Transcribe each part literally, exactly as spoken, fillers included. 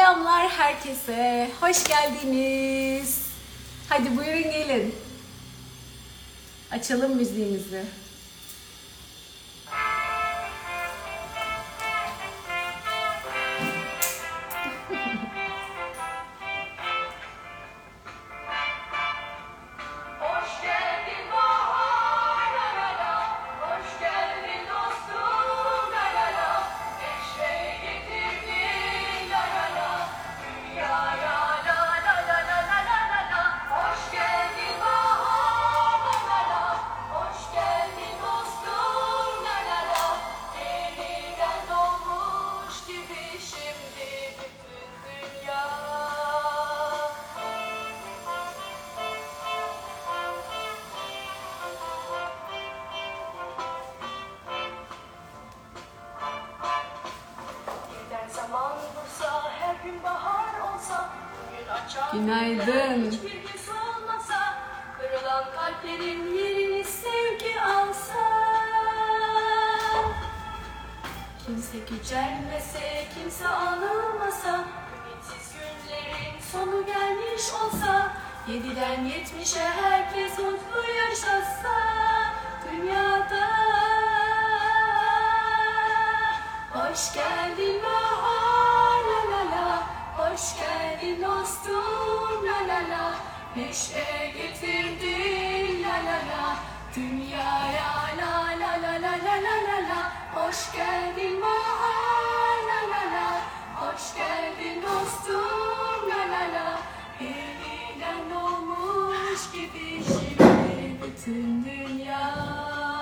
Selamlar herkese. Hoş geldiniz. Hadi buyurun gelin. Açalım müziğimizi. Günaydın. Kırılan kalplerin yerini sevgi alsa. Kimse gücenmese, kimse ağlamasa, ümitsiz günlerin sonu gelmiş olsa, yediden yetmişe herkes mutlu yaşasa dünyada. Hoş geldin bahar, la la la. Hoş geldin dostum, la la la. Neşe getirdin, la la la. Dünyaya la la la la la la la la. Hoş geldin bahar, la la la. Hoş geldin dostum, la la la. Yeniden doğmuş gibi şimdi bütün dünya.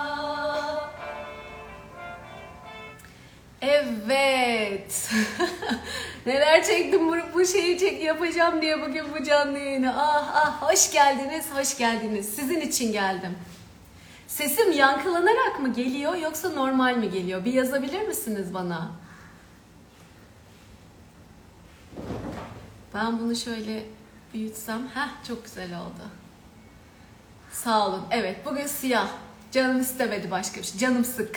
Evet. Neler çektim bu, bu şeyi çek yapacağım diye bugün bu canlı yayını. Ah ah, hoş geldiniz, hoş geldiniz. Sizin için geldim. Sesim yankılanarak mı geliyor yoksa normal mi geliyor? Bir yazabilir misiniz bana? Ben bunu şöyle büyütsem. Heh, çok güzel oldu. Sağ olun. Evet, bugün siyah. Canım istemedi başka bir şey. Canım sık.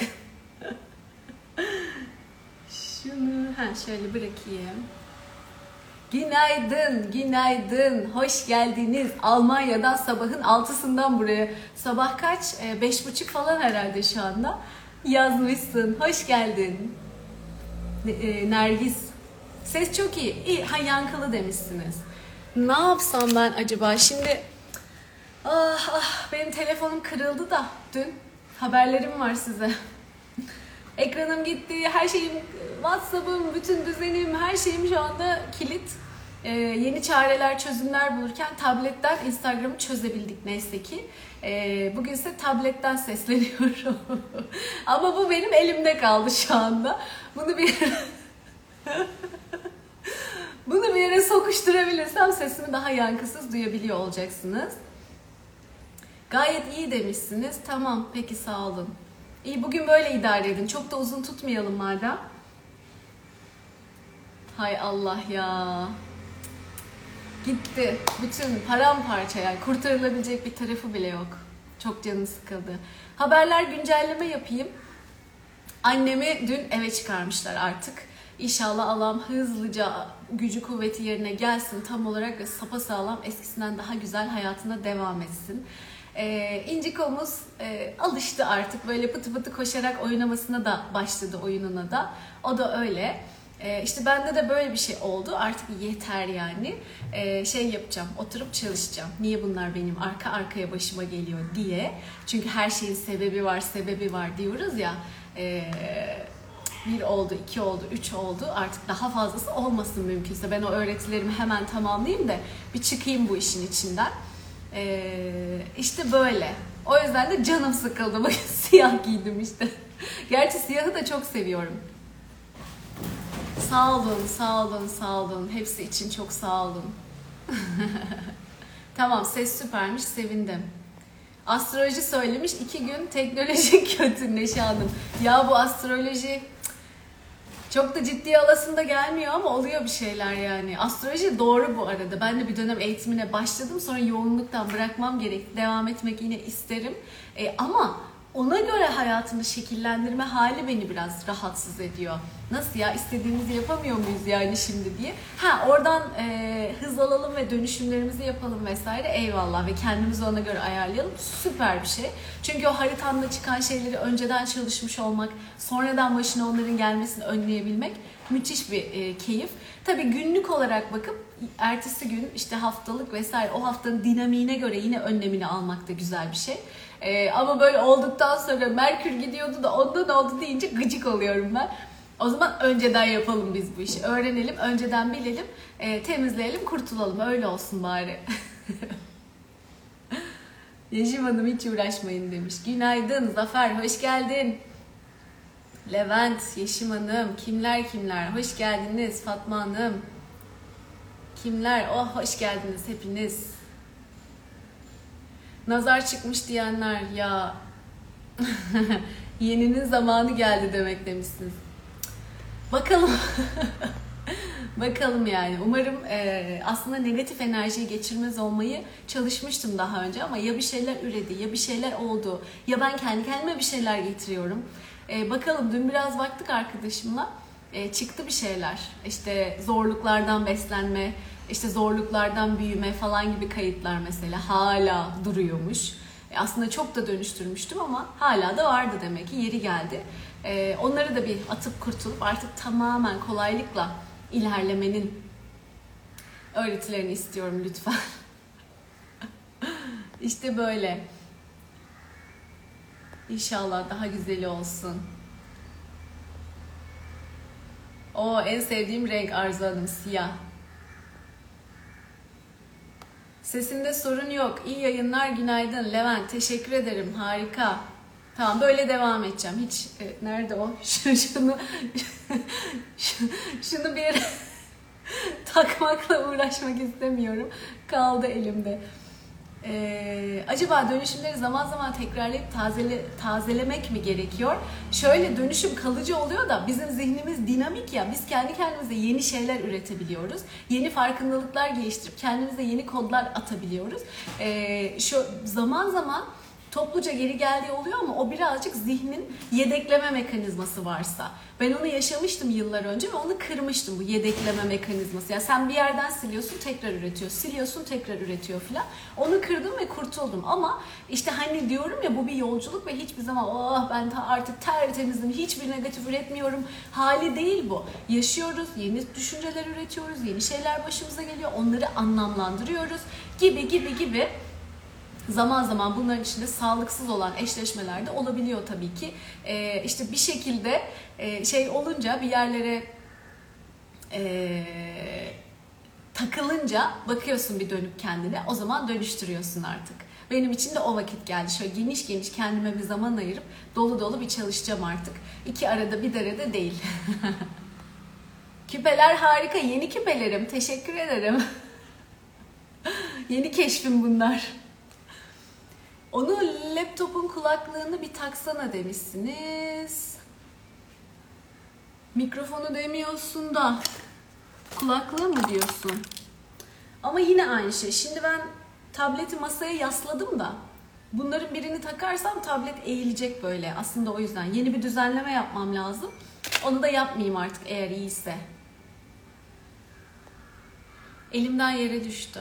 Şunu ha şöyle bırakayım. Günaydın, günaydın. Hoş geldiniz. Almanya'dan sabahın altısından buraya. Sabah kaç? E, beş buçuk falan herhalde şu anda. Yazmışsın. Hoş geldin. E, Nergis. Ses çok iyi. İyi. Ha yankılı demişsiniz. Ne yapsam ben acaba? Şimdi ah ah benim telefonum kırıldı da dün. Haberlerim var size. Ekranım gitti, her şeyim, WhatsApp'ım, bütün düzenim, her şeyim şu anda kilit. Ee, yeni çareler, çözümler bulurken tabletten Instagram'ı çözebildik neyse ki. Ee, bugün ise tabletten sesleniyorum. Ama bu benim elimde kaldı şu anda. Bunu bir yere... Bunu bir yere sokuşturabilirsem sesimi daha yankısız duyabiliyor olacaksınız. Gayet iyi demişsiniz. Tamam, peki sağ olun. İyi, bugün böyle idare edin. Çok da uzun tutmayalım madem. Hay Allah ya. Gitti. Bütün paramparça yani. Kurtarılabilecek bir tarafı bile yok. Çok canım sıkıldı. Haberler güncelleme yapayım. Annemi dün eve çıkarmışlar artık. İnşallah Allah'ım hızlıca gücü kuvveti yerine gelsin. Tam olarak ve sapasağlam eskisinden daha güzel hayatına devam etsin. Ee, İncikomuz e, alıştı artık böyle pıtı pıtı koşarak oynamasına da başladı, oyununa da. O da öyle. Ee, işte bende de böyle bir şey oldu. Artık yeter yani. Ee, şey yapacağım, oturup çalışacağım. Niye bunlar benim arka arkaya başıma geliyor diye. Çünkü her şeyin sebebi var, sebebi var diyoruz ya. Ee, bir oldu, iki oldu, üç oldu. Artık daha fazlası olmasın mümkünse. Ben o öğretilerimi hemen tamamlayayım da bir çıkayım bu işin içinden. Ee, işte böyle. O yüzden de canım sıkıldı. Bugün siyah giydim işte. Gerçi siyahı da çok seviyorum. Sağ olun, sağ olun, sağ olun. Hepsi için çok sağ olun. Tamam, ses süpermiş, sevindim. Astroloji söylemiş, iki gün teknoloji kötü Neşe Hanım. Ya bu astroloji çok da ciddiye alasında gelmiyor ama oluyor bir şeyler yani. Astroloji doğru bu arada. Ben de bir dönem eğitimine başladım. Sonra yoğunluktan bırakmam gerekti. Devam etmek yine isterim. E, ama ona göre hayatını şekillendirme hali beni biraz rahatsız ediyor. Nasıl ya, istediğimizi yapamıyor muyuz yani şimdi diye. Ha, oradan e, hız alalım ve dönüşümlerimizi yapalım vesaire, eyvallah, ve kendimizi ona göre ayarlayalım, süper bir şey. Çünkü o haritanda çıkan şeyleri önceden çalışmış olmak, sonradan başına onların gelmesini önleyebilmek müthiş bir e, keyif. Tabii günlük olarak bakıp ertesi gün işte haftalık vesaire o haftanın dinamiğine göre yine önlemini almak da güzel bir şey. Ee, ama böyle olduktan sonra Merkür gidiyordu da ondan oldu deyince gıcık oluyorum ben. O zaman önceden yapalım biz bu işi. Öğrenelim, önceden bilelim, e, temizleyelim, kurtulalım. Öyle olsun bari. Yeşim Hanım hiç uğraşmayın demiş. Günaydın Zafer, hoş geldin. Levent, Yeşim Hanım, kimler kimler, hoş geldiniz. Fatma Hanım, kimler, oh hoş geldiniz hepiniz. Nazar çıkmış diyenler, ya yeninin zamanı geldi demek demişsiniz. Bakalım. Bakalım yani. Umarım e, aslında negatif enerjiyi geçirmez olmayı çalışmıştım daha önce ama ya bir şeyler üredi, ya bir şeyler oldu, ya ben kendi kendime bir şeyler getiriyorum. E, bakalım, dün biraz baktık arkadaşımla. E, çıktı bir şeyler. İşte zorluklardan beslenme, işte zorluklardan büyüme falan gibi kayıtlar mesela hala duruyormuş. E, aslında çok da dönüştürmüştüm ama hala da vardı demek ki, yeri geldi. E, onları da bir atıp kurtulup artık tamamen kolaylıkla ilerlemenin öğretilerini istiyorum lütfen. İşte böyle. İnşallah daha güzeli olsun. O en sevdiğim renk Arzu Hanım, siyah. Sesimde sorun yok. İyi yayınlar, günaydın. Levent, teşekkür ederim. Harika. Tamam, böyle devam edeceğim. Hiç e, nerede o? şunu şunu bir yere takmakla uğraşmak istemiyorum. Kaldı elimde. Ee, acaba dönüşümleri zaman zaman tekrarlayıp tazele, tazelemek mi gerekiyor? Şöyle, dönüşüm kalıcı oluyor da bizim zihnimiz dinamik ya, biz kendi kendimize yeni şeyler üretebiliyoruz. Yeni farkındalıklar geliştirip kendimize yeni kodlar atabiliyoruz. Ee, şu zaman zaman topluca geri geldiği oluyor ama o birazcık zihnin yedekleme mekanizması varsa. Ben onu yaşamıştım yıllar önce ve onu kırmıştım, bu yedekleme mekanizması. Yani sen bir yerden siliyorsun, tekrar üretiyor, siliyorsun, tekrar üretiyor filan. Onu kırdım ve kurtuldum ama işte hani diyorum ya, bu bir yolculuk ve hiçbir zaman oh ben artık tertemizim, hiçbir negatif üretmiyorum hali değil bu. Yaşıyoruz, yeni düşünceler üretiyoruz, yeni şeyler başımıza geliyor, onları anlamlandırıyoruz gibi gibi gibi. Zaman zaman bunların içinde sağlıksız olan eşleşmeler de olabiliyor tabii ki. Ee, işte bir şekilde e, şey olunca, bir yerlere e, takılınca bakıyorsun bir dönüp kendine, o zaman dönüştürüyorsun artık. Benim için de o vakit geldi. Şöyle geniş geniş kendime bir zaman ayırıp dolu dolu bir çalışacağım artık. İki arada bir derede değil. Küpeler harika. Yeni küpelerim. Teşekkür ederim. Yeni keşfim bunlar. Onu laptopun kulaklığını bir taksana demişsiniz. Mikrofonu demiyorsun da kulaklığı mı diyorsun? Ama yine aynı şey. Şimdi ben tableti masaya yasladım da bunların birini takarsam tablet eğilecek böyle. Aslında o yüzden yeni bir düzenleme yapmam lazım. Onu da yapmayayım artık eğer iyiyse. Elimden yere düştü.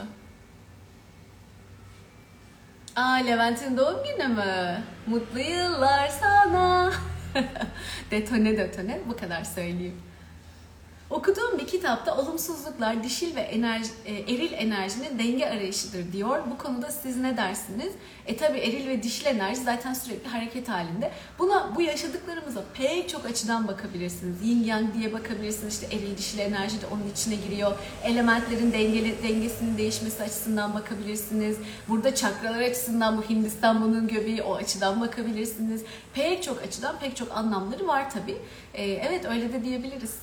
Aa, Levent'in doğum günü mü? Mutlu yıllar sana. Detone detone, bu kadar söyleyeyim. Okuduğum bir kitapta olumsuzluklar dişil ve enerji, e, eril enerjinin denge arayışıdır diyor. Bu konuda siz ne dersiniz? E tabi eril ve dişil enerji zaten sürekli hareket halinde. Buna, bu yaşadıklarımıza pek çok açıdan bakabilirsiniz. Yin yang diye bakabilirsiniz. İşte eril dişil enerji de onun içine giriyor. Elementlerin dengeli, dengesinin değişmesi açısından bakabilirsiniz. Burada çakralar açısından, bu Hindistan bunun göbeği, o açıdan bakabilirsiniz. Pek çok açıdan pek çok anlamları var tabi. E, evet, öyle de diyebiliriz.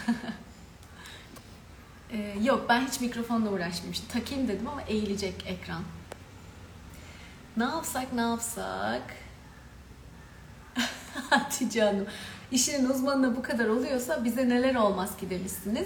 ee, yok, ben hiç mikrofonla uğraşmamıştım. Takayım dedim ama eğilecek ekran. Ne yapsak ne yapsak? Hatice Hanım. İşinin uzmanına bu kadar oluyorsa bize neler olmaz ki demişsiniz.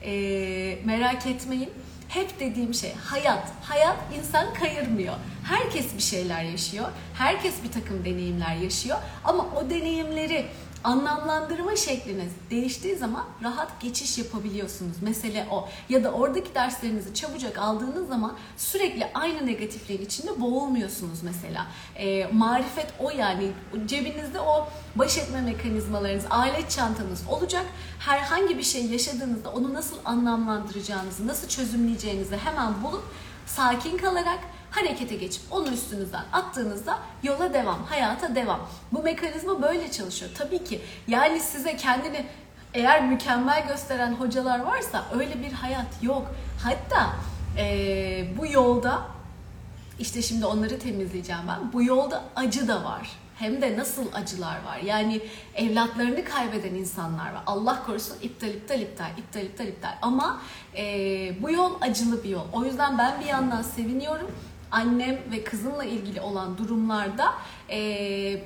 Ee, merak etmeyin. Hep dediğim şey hayat. Hayat insan kayırmıyor. Herkes bir şeyler yaşıyor. Herkes bir takım deneyimler yaşıyor. Ama o deneyimleri anlamlandırma şekliniz değiştiği zaman rahat geçiş yapabiliyorsunuz. Mesele o. Ya da oradaki derslerinizi çabucak aldığınız zaman sürekli aynı negatifliğin içinde boğulmuyorsunuz mesela. E, marifet o yani. Cebinizde o baş etme mekanizmalarınız, alet çantanız olacak. Herhangi bir şey yaşadığınızda onu nasıl anlamlandıracağınızı, nasıl çözümleyeceğinizi hemen bulup sakin kalarak harekete geçip onun üstünüzden attığınızda yola devam, hayata devam. Bu mekanizma böyle çalışıyor. Tabii ki yani size kendini eğer mükemmel gösteren hocalar varsa öyle bir hayat yok. Hatta ee, bu yolda işte şimdi onları temizleyeceğim ben. Bu yolda acı da var. Hem de nasıl acılar var. Yani evlatlarını kaybeden insanlar var. Allah korusun iptal iptal iptal iptal iptal iptal. Ama e, bu yol acılı bir yol. O yüzden ben bir yandan seviniyorum. Annem ve kızımla ilgili olan durumlarda e,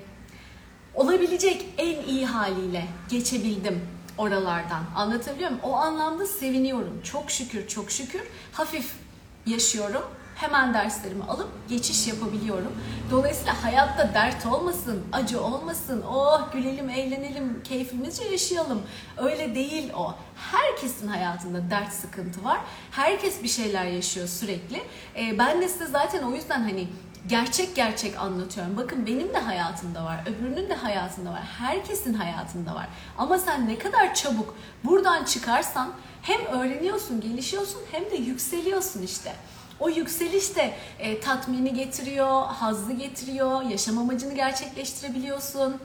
olabilecek en iyi haliyle geçebildim oralardan. Anlatabiliyor muyum? O anlamda seviniyorum. Çok şükür, çok şükür. Hafif yaşıyorum. Hemen derslerimi alıp geçiş yapabiliyorum. Dolayısıyla hayatta dert olmasın, acı olmasın, oh gülelim, eğlenelim, keyfimizce yaşayalım. Öyle değil o. Herkesin hayatında dert, sıkıntı var. Herkes bir şeyler yaşıyor sürekli. Ee, ben de size zaten o yüzden hani gerçek gerçek anlatıyorum. Bakın benim de hayatımda var, öbürünün de hayatında var, herkesin hayatında var. Ama sen ne kadar çabuk buradan çıkarsan hem öğreniyorsun, gelişiyorsun hem de yükseliyorsun işte. O yükseliş de e, tatmini getiriyor, hazzı getiriyor, yaşam amacını gerçekleştirebiliyorsun.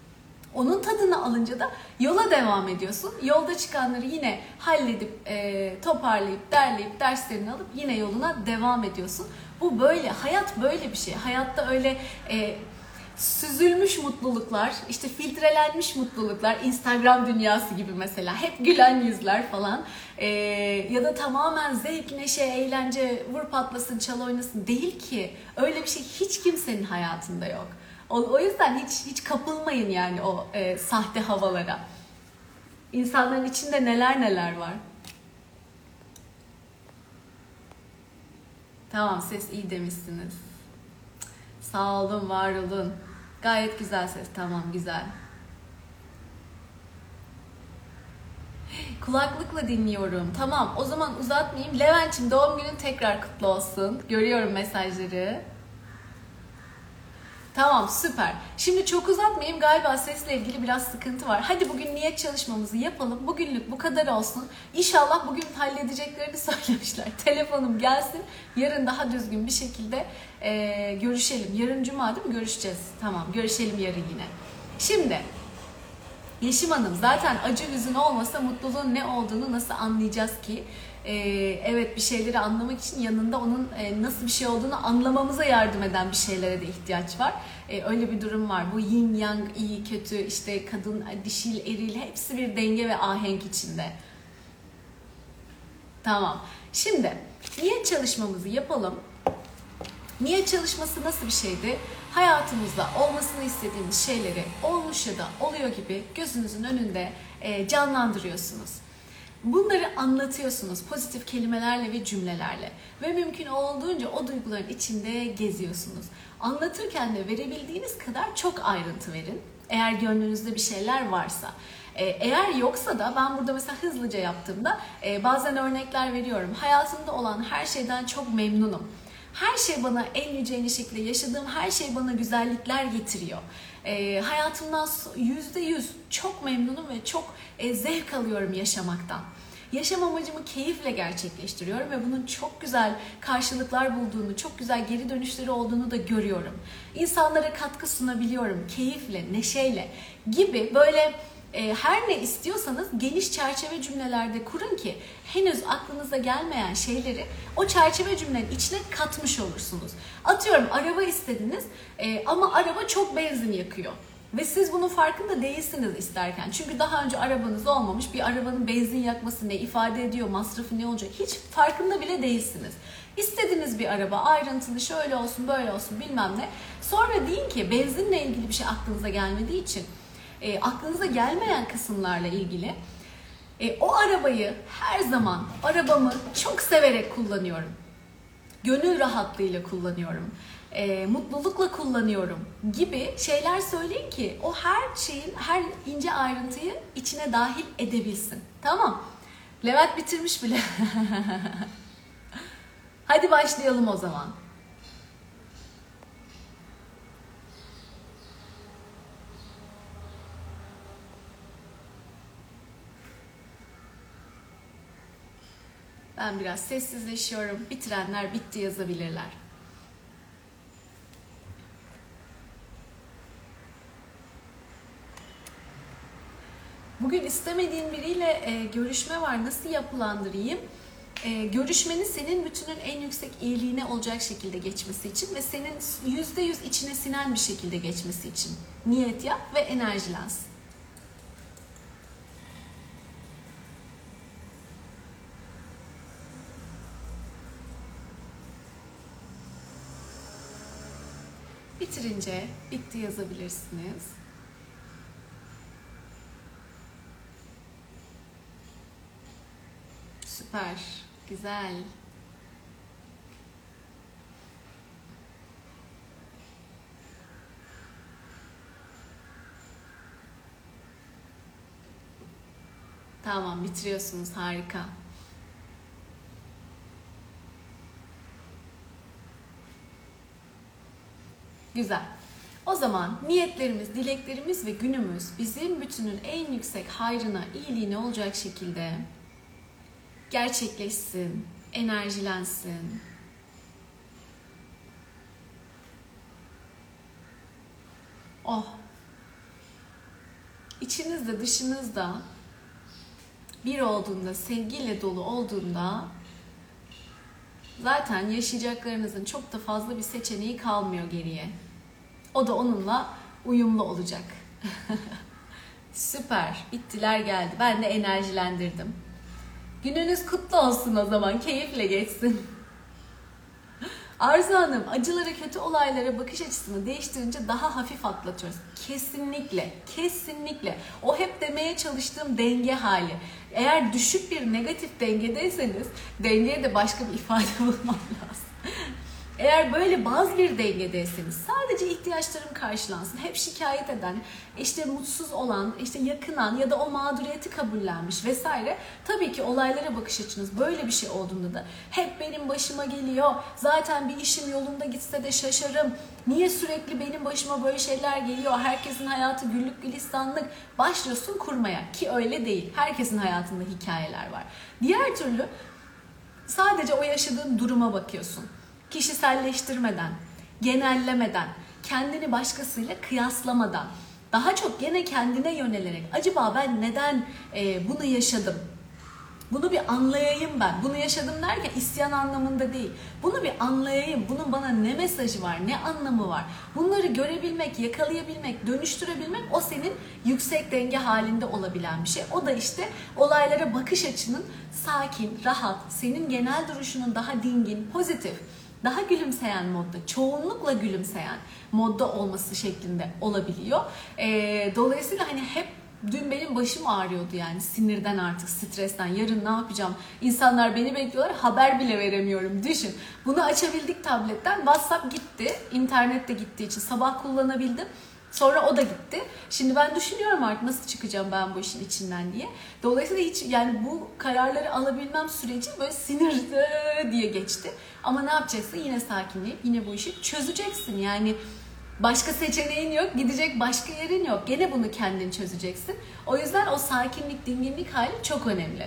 Onun tadını alınca da yola devam ediyorsun. Yolda çıkanları yine halledip, e, toparlayıp, derleyip, derslerini alıp yine yoluna devam ediyorsun. Bu böyle, hayat böyle bir şey. Hayatta öyle e, süzülmüş mutluluklar, işte filtrelenmiş mutluluklar, Instagram dünyası gibi mesela. Hep gülen yüzler falan. E, ya da tamamen zevk, neşe, eğlence, vur patlasın, çal oynasın değil ki. Öyle bir şey hiç kimsenin hayatında yok. O, o yüzden hiç hiç kapılmayın yani o e, sahte havalara. İnsanların içinde neler neler var. Tamam, ses iyi demişsiniz. Sağ olun, var olun. Gayet güzel ses, tamam güzel. Kulaklıkla dinliyorum. Tamam, o zaman uzatmayayım. Levent'ciğim doğum günün tekrar kutlu olsun. Görüyorum mesajları. Tamam, süper. Şimdi çok uzatmayayım. Galiba sesle ilgili biraz sıkıntı var. Hadi bugün niyet çalışmamızı yapalım. Bugünlük bu kadar olsun. İnşallah bugün halledeceklerini söylemişler. Telefonum gelsin. Yarın daha düzgün bir şekilde e, görüşelim. Yarın cuma değil mi? Görüşeceğiz. Tamam, görüşelim yarın yine. Şimdi Yeşim Hanım, zaten acı hüzün olmasa mutluluğun ne olduğunu nasıl anlayacağız ki? Ee, evet, bir şeyleri anlamak için yanında onun e, nasıl bir şey olduğunu anlamamıza yardım eden bir şeylere de ihtiyaç var. Ee, öyle bir durum var. Bu yin yang, iyi kötü, işte kadın, dişil, eril hepsi bir denge ve ahenk içinde. Tamam. Şimdi niyet çalışmamızı yapalım. Niyet çalışması nasıl bir şeydi? Hayatımızda olmasını istediğimiz şeyleri olmuş ya da oluyor gibi gözünüzün önünde e, canlandırıyorsunuz. Bunları anlatıyorsunuz pozitif kelimelerle ve cümlelerle ve mümkün olduğunca o duyguların içinde geziyorsunuz. Anlatırken de verebildiğiniz kadar çok ayrıntı verin. Eğer gönlünüzde bir şeyler varsa. Ee, eğer yoksa da ben burada mesela hızlıca yaptığımda e, bazen örnekler veriyorum. Hayatımda olan her şeyden çok memnunum. Her şey bana en yüce en şekilde yaşadığım her şey bana güzellikler getiriyor. E, hayatımdan yüzde yüz çok memnunum ve çok e, zevk alıyorum yaşamaktan. Yaşam amacımı keyifle gerçekleştiriyorum ve bunun çok güzel karşılıklar bulduğunu, çok güzel geri dönüşleri olduğunu da görüyorum. İnsanlara katkı sunabiliyorum keyifle, neşeyle gibi böyle e, her ne istiyorsanız geniş çerçeve cümlelerde kurun ki henüz aklınıza gelmeyen şeyleri o çerçeve cümlenin içine katmış olursunuz. Atıyorum araba istediniz e, ama araba çok benzin yakıyor. Ve siz bunun farkında değilsiniz isterken. Çünkü daha önce arabanız olmamış, bir arabanın benzin yakması ne ifade ediyor, masrafı ne olacak hiç farkında bile değilsiniz. İstediğiniz bir araba ayrıntılı şöyle olsun böyle olsun bilmem ne. Sonra deyin ki benzinle ilgili bir şey aklınıza gelmediği için e, aklınıza gelmeyen kısımlarla ilgili. E, o arabayı her zaman, arabamı çok severek kullanıyorum. Gönül rahatlığıyla kullanıyorum. E, mutlulukla kullanıyorum gibi şeyler söyleyin ki o her şeyin, her ince ayrıntıyı içine dahil edebilsin. Tamam. Levent bitirmiş bile. Hadi başlayalım o zaman. Ben biraz sessizleşiyorum. Bitirenler bitti yazabilirler. Bugün istemediğin biriyle e, görüşme var. Nasıl yapılandırayım? E, görüşmenin senin bütünün en yüksek iyiliğine olacak şekilde geçmesi için ve senin yüzde yüz içine sinen bir şekilde geçmesi için niyet yap ve enerjilens. Bitirince bitti yazabilirsiniz. Süper, güzel. Tamam, bitiriyorsunuz, harika. Güzel. O zaman niyetlerimiz, dileklerimiz ve günümüz bizim bütünün en yüksek hayrına, iyiliğine olacak şekilde gerçekleşsin, enerjilensin. Oh! İçinizde, dışınızda bir olduğunda, sevgiyle dolu olduğunda zaten yaşayacaklarınızın çok da fazla bir seçeneği kalmıyor geriye. O da onunla uyumlu olacak. Süper. Bittiler geldi. Ben de enerjilendirdim. Gününüz kutlu olsun o zaman. Keyifle geçsin. Arzu Hanım, acılara, kötü olaylara bakış açısını değiştirince daha hafif atlatıyoruz. Kesinlikle, kesinlikle. O hep demeye çalıştığım denge hali. Eğer düşük bir negatif dengedeyseniz, dengeye de başka bir ifade bulmam lazım. Eğer böyle baz bir dengedeyseniz, sadece ihtiyaçlarım karşılansın, hep şikayet eden, işte mutsuz olan, işte yakınan ya da o mağduriyeti kabullenmiş vesaire, tabii ki olaylara bakış açınız böyle bir şey olduğunda da hep benim başıma geliyor, zaten bir işim yolunda gitse de şaşarım, niye sürekli benim başıma böyle şeyler geliyor, herkesin hayatı güllük gülistanlık, başlıyorsun kurmaya ki öyle değil. Herkesin hayatında hikayeler var. Diğer türlü sadece o yaşadığın duruma bakıyorsun. Kişiselleştirmeden, genellemeden, kendini başkasıyla kıyaslamadan, daha çok gene kendine yönelerek acaba ben neden e, bunu yaşadım? Bunu bir anlayayım ben. Bunu yaşadım derken isyan anlamında değil. Bunu bir anlayayım. Bunun bana ne mesajı var, ne anlamı var? Bunları görebilmek, yakalayabilmek, dönüştürebilmek o senin yüksek denge halinde olabilen bir şey. O da işte olaylara bakış açının sakin, rahat, senin genel duruşunun daha dingin, pozitif, daha gülümseyen modda, çoğunlukla gülümseyen modda olması şeklinde olabiliyor. Ee, dolayısıyla hani hep dün benim başım ağrıyordu yani sinirden artık, stresten. Yarın ne yapacağım? İnsanlar beni bekliyorlar, haber bile veremiyorum. Düşün. Bunu açabildik tabletten. WhatsApp gitti. İnternet de gittiği için sabah kullanabildim. Sonra o da gitti. Şimdi ben düşünüyorum artık nasıl çıkacağım ben bu işin içinden diye. Dolayısıyla hiç yani bu kararları alabilmem süreci böyle sinir diye geçti. Ama ne yapacaksın? Yine sakinleyip yine bu işi çözeceksin. Yani başka seçeneğin yok, gidecek başka yerin yok. Gene bunu kendin çözeceksin. O yüzden o sakinlik, dinginlik hali çok önemli.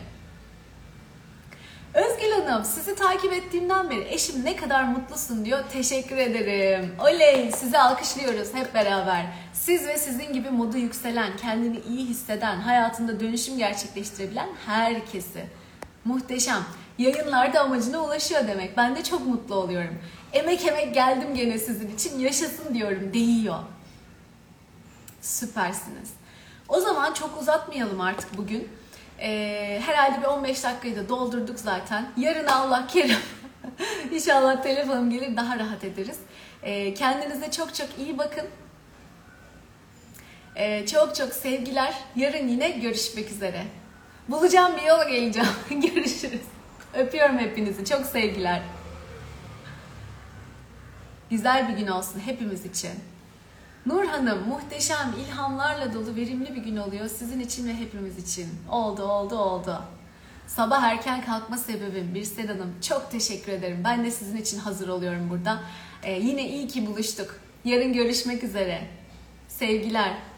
Özgül Hanım, sizi takip ettiğimden beri eşim ne kadar mutlusun diyor. Teşekkür ederim. Oley, sizi alkışlıyoruz hep beraber. Siz ve sizin gibi modu yükselen, kendini iyi hisseden, hayatında dönüşüm gerçekleştirebilen herkesi. Muhteşem. Yayınlarda amacına ulaşıyor demek. Ben de çok mutlu oluyorum. Emek emek geldim gene sizin için. Yaşasın diyorum. Değiyor. Süpersiniz. O zaman çok uzatmayalım artık bugün. Ee, herhalde bir on beş dakikayı da doldurduk zaten. Yarın Allah kerim. İnşallah telefonum gelir, daha rahat ederiz. Ee, kendinize çok çok iyi bakın. Ee, çok çok sevgiler. Yarın yine görüşmek üzere. Bulacağım bir yola geleceğim. Görüşürüz. Öpüyorum hepinizi. Çok sevgiler. Güzel bir gün olsun hepimiz için. Nur Hanım, muhteşem, ilhamlarla dolu, verimli bir gün oluyor sizin için ve hepimiz için. Oldu, oldu, oldu. Sabah erken kalkma sebebim Birsel Hanım. Çok teşekkür ederim. Ben de sizin için hazır oluyorum burada. Ee, yine iyi ki buluştuk. Yarın görüşmek üzere. Sevgiler.